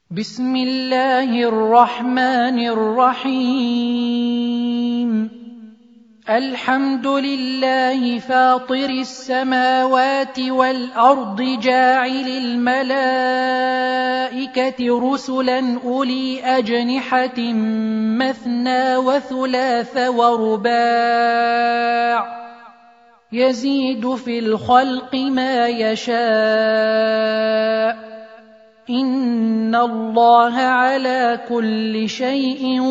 بسم الله الرحمن الرحيم. الحمد لله فاطر السماوات والأرض جاعل الملائكة رسلا أولي أجنحة مثنى وثلاث ورباع يزيد في الخلق ما يشاء إن الله على كل شيء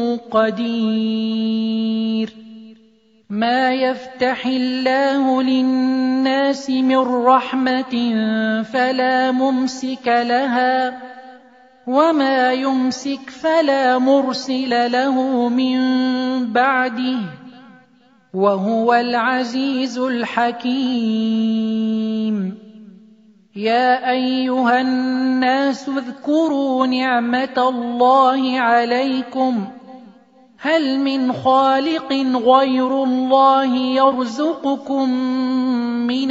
قدير. ما يفتح الله للناس من رحمة فلا ممسك لها وما يمسك فلا مرسل له من بعده وهو العزيز الحكيم. يا أيها الناس اذكروا نعمة الله عليكم هل من خالق غير الله يرزقكم من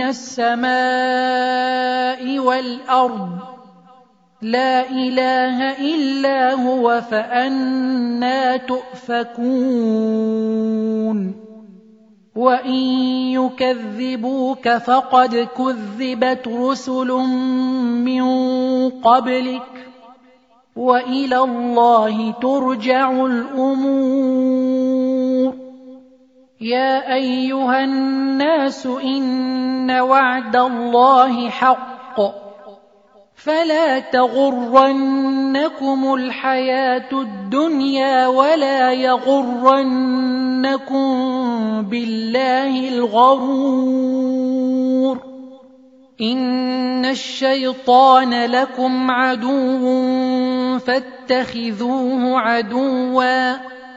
السماء والأرض لا إله إلا هو فأنى تؤفكون. وإن يكذبوك فقد كذبت رسل من قبلك وإلى الله ترجع الأمور. يا أيها الناس إن وعد الله حق فلا تغرنكم الحياة الدنيا ولا يغرنكم بالله الغرور. إن الشيطان لكم عدو فاتخذوه عدوا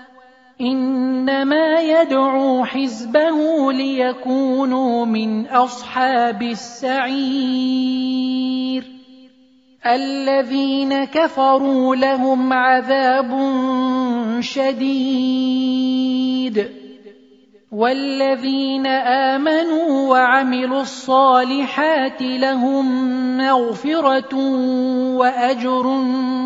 إنما يدعو حزبه ليكونوا من أصحاب السعير. الذين كفروا لهم عذاب شديد والذين آمنوا وعملوا الصالحات لهم مغفرة وأجر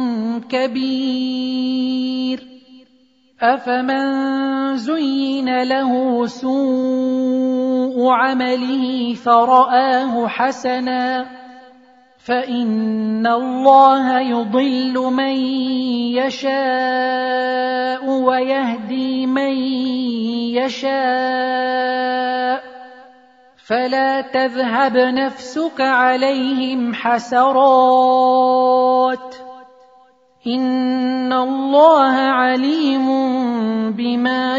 كبير. أفمن زين له سوء عمله فرآه حسنا فإن الله يضل من يشاء ويهدي من يشاء فلا تذهب نفسك عليهم حسرات إن الله عليم بما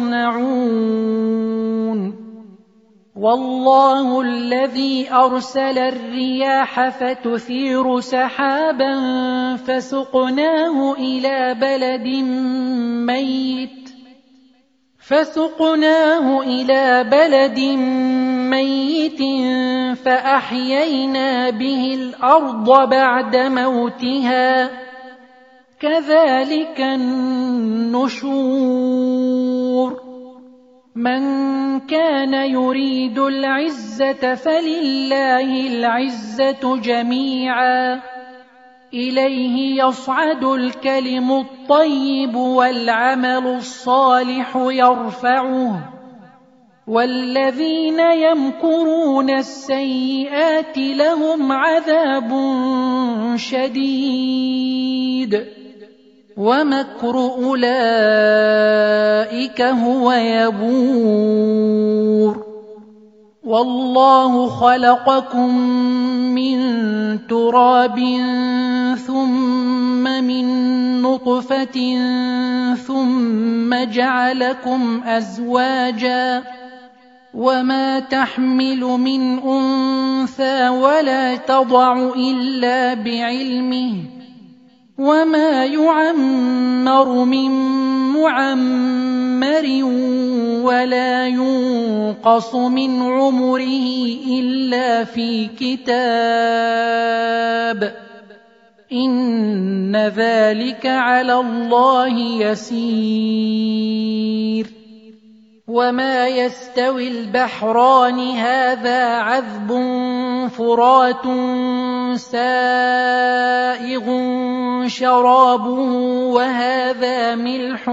يصنعون. والله الذي أرسل الرياح فتثير سحابا فسقناه إلى بلد ميت فأحيينا به الأرض بعد موتها كذلك النشور. من كان يريد العزة فلله العزة جميعا إليه يصعد الكلم الطيب والعمل الصالح يرفعه والذين يمكرون السيئات لهم عذاب شديد ومكر أولئك هو يبور. والله خلقكم من تراب ثم من نطفة ثم جعلكم أزواجا وما تحمل من أنثى ولا تضع إلا بعلمه وما يعمر من معمر ولا ينقص من عمره إلا في كتاب إن ذلك على الله يسير. وما يستوي البحران هذا عذب فرات سائغ شرابه وهذا ملح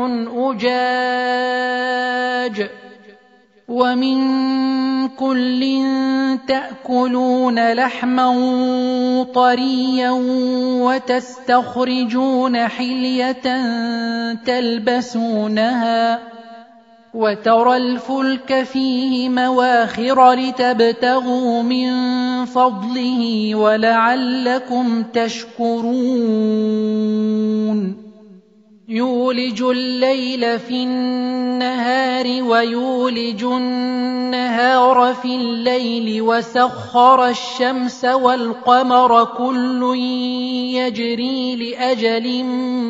أجاج ومن كل تأكلون لحما طريا وتستخرجون حلية تلبسونها وترى الفلك فيه مواخر لتبتغوا من فضله ولعلكم تشكرون يولج الليل في النهار ويولج النهار في الليل وسخر الشمس والقمر كل يجري لأجل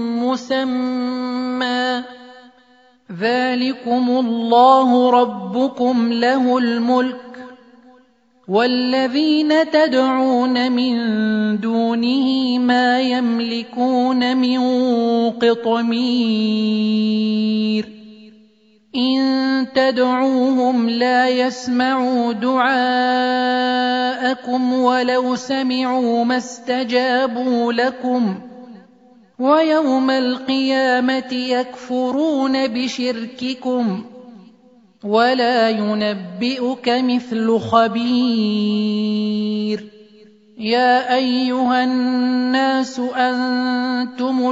مسمى ذلكم الله ربكم له الملك والذين تدعون من دونه ما يملكون من قطمير إن تدعوهم لا يسمعوا دعاءكم ولو سمعوا ما استجابوا لكم ويوم القيامة يكفرون بشرككم ولا ينبئك مثل خبير يا أيها الناس أنتم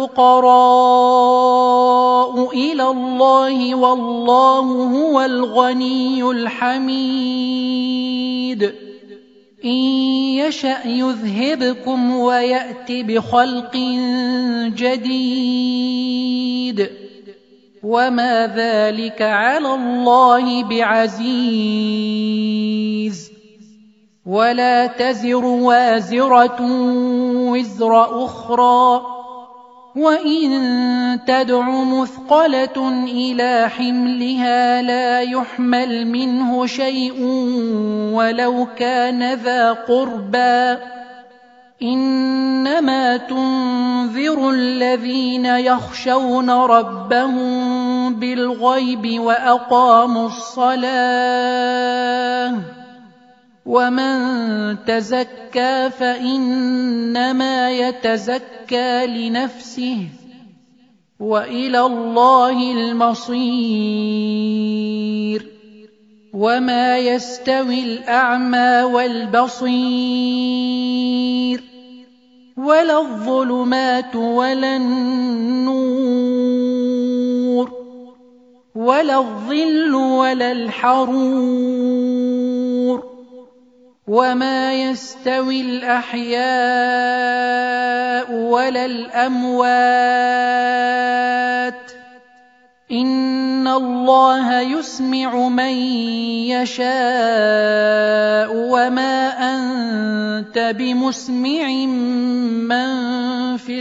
الفقراء إلى الله والله هو الغني الحميد إن يشأ يذهبكم ويأت بخلق جديد وما ذلك على الله بعزيز ولا تزر وازرة وزر أخرى وإن تدع مثقلة إلى حملها لا يحمل منه شيء ولو كان ذا قربى إنما تنذر الذين يخشون ربهم بالغيب وأقاموا الصلاة ومن تزكى فإنما يتزكى لنفسه وإلى الله المصير وما يستوي الأعمى والبصير ولا الظلمات ولا النور ولا الظل ولا الحرور وما يستوي الأحياء ولا الأموات إن الله يسمع من يشاء وما أنت بمسمع من في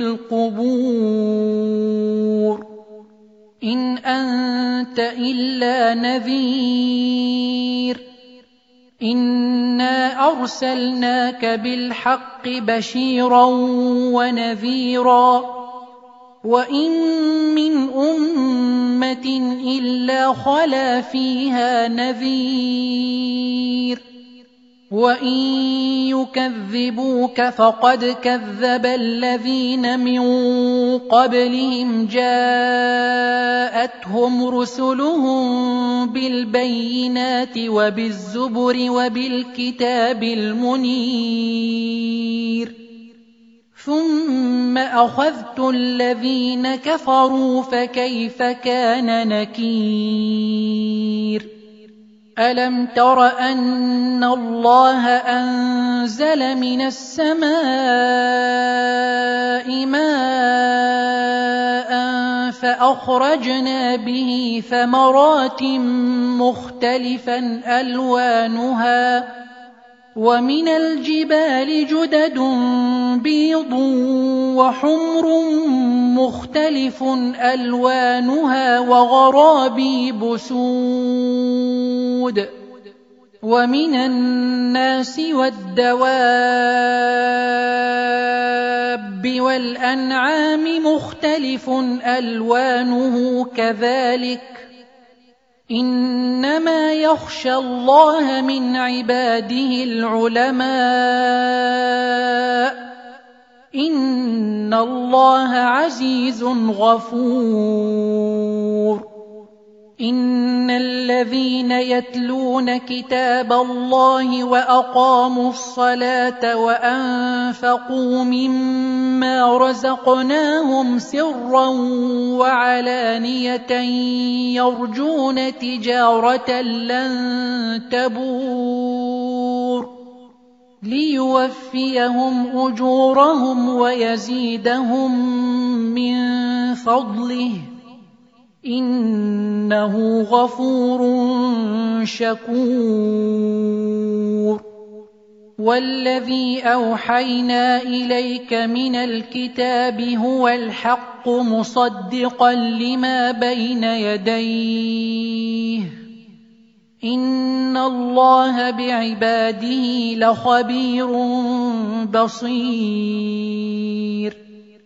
القبور إن أنت إلا نذير إنا أرسلناك بالحق بشيرا ونذيرا وإن من أمة إلا خلا فيها نذير وإن يكذبوك فقد كذب الذين من قبلهم جاءتهم رسلهم بالبينات وبالزبر وبالكتاب المنير ثم أخذت الذين كفروا فكيف كان نكير ألم تر أن الله أنزل من السماء ماء فأخرجنا به ثمرات مختلفا ألوانها ومن الجبال جدد بيض وحمر مختلف ألوانها وغرابيب سود ومن الناس والدواب والأنعام مختلف ألوانه كذلك إنما يخشى الله من عباده العلماء إن الله عزيز غفور. إن الذين يتلون كتاب الله وأقاموا الصلاة وأنفقوا مما رزقناهم سرا وعلانية يرجون تجارة لن تبور ليوفيهم أجورهم ويزيدهم من فضله إنه غفور شكور. والذي أوحينا إليك من الكتاب هو الحق مصدقا لما بين يديه إن الله بعباده لخبير بصير.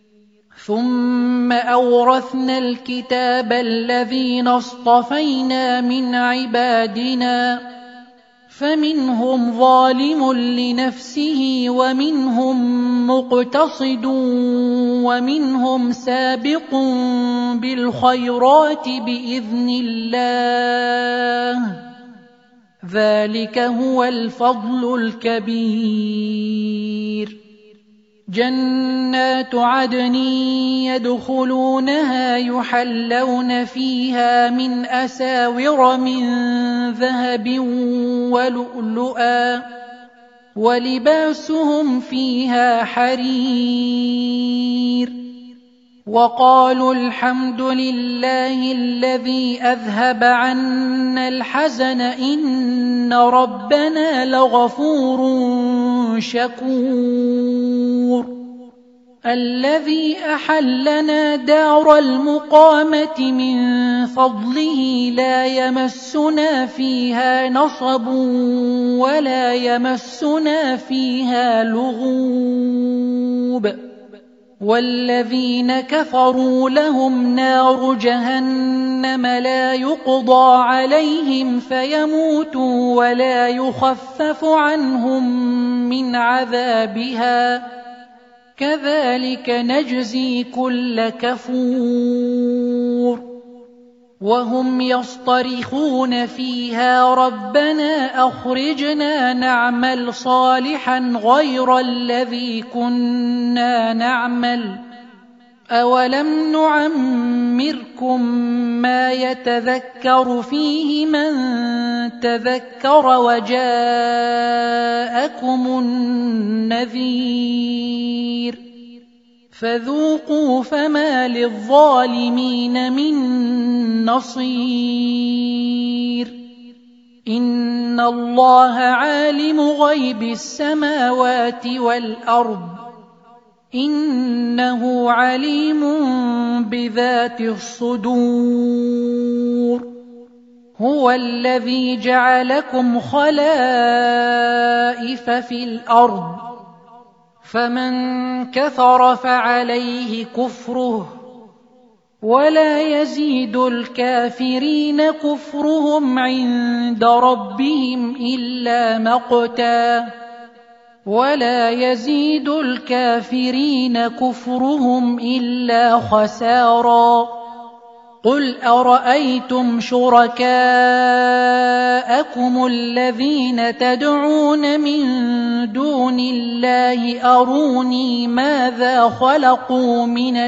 ثم أورثنا الكتاب الذين اصطفينا من عبادنا فمنهم ظالم لنفسه ومنهم مقتصد ومنهم سابق بالخيرات بإذن الله ذلك هو الفضل الكبير. جنات عدن يدخلونها يحلون فيها من أساور من ذهب ولؤلؤا ولباسهم فيها حرير. وقالوا الحمد لله الذي أذهب عنا الحزن إن ربنا لغفور شكور. الذي أحلنا دار المقامة من فضله لا يمسنا فيها نصب ولا يمسنا فيها لغوب. والذين كفروا لهم نار جهنم لا يقضى عليهم فيموتوا ولا يخفف عنهم من عذابها كذلك نجزي كل كفور. وهم يصطرخون فيها ربنا أخرجنا نعمل صالحا غير الذي كنا نعمل أولم نعمركم ما يتذكر فيه من تذكر وجاءكم النذير فذوقوا فما للظالمين من نصير. إن الله عالم غيب السماوات والأرض إنه عليم بذات الصدور. هو الذي جعلكم خلائف في الأرض فمن كفر فعليه كفره ولا يزيد الكافرين كفرهم عند ربهم إلا مقتا ولا يزيد الكافرين كفرهم إلا خسارا. قل أرأيتم شركاءكم الذين تدعون من دون الله أروني ماذا خلقوا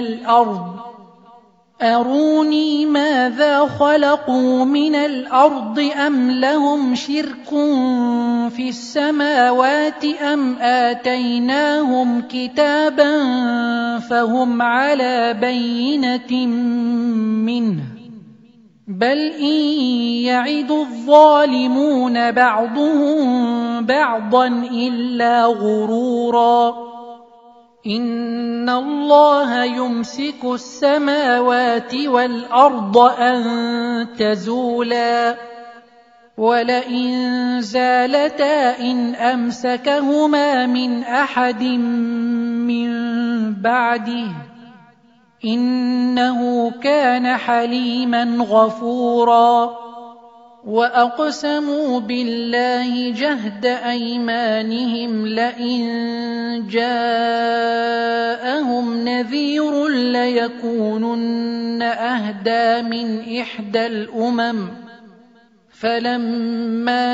من الأرض أم لهم شرك في السماوات أم آتيناهم كتابا فهم على بينة منه بل إن يعد الظالمون بعضهم بعضا إلا غرورا. إن الله يمسك السماوات والأرض أن تزولا ولئن زالتا إن أمسكهما من أحد من بعده إنه كان حليما غفورا. وأقسموا بالله جهد أيمانهم لئن جاءهم نذير ليكونن أهدى من إحدى الأمم فلما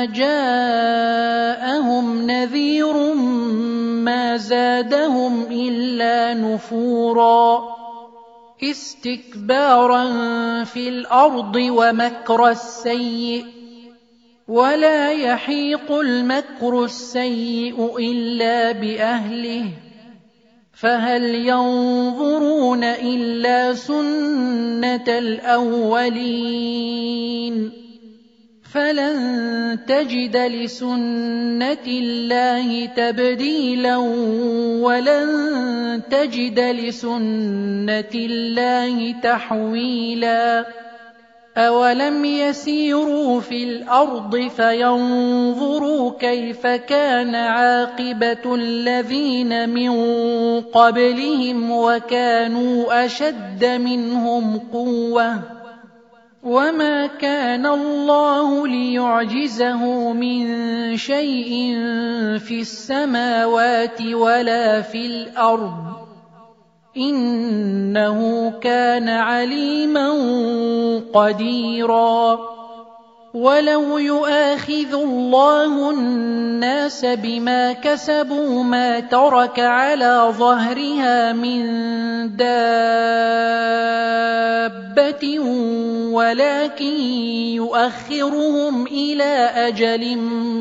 جاءهم نذير ما زادهم إلا نفورا استكبارا في الأرض ومكر السيء ولا يحيق المكر السيء إلا بأهله فهل ينظرون إلا سنة الأولين فلن تجد لسنة الله تبديلا ولن تجد لسنة الله تحويلا أولم يسيروا في الأرض فينظروا كيف كان عاقبة الذين من قبلهم وكانوا أشد منهم قوة وما كان الله ليعجزه من شيء في السماوات ولا في الأرض إنه كان عليما قديرا ولو يؤاخذ الله الناس بما كسبوا ما ترك على ظهرها من دابة ولكن يؤخرهم إلى أجل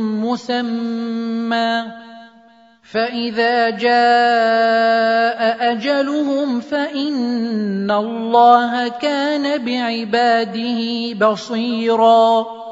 مسمى فإذا جاء أجلهم فإن الله كان بعباده بصيرا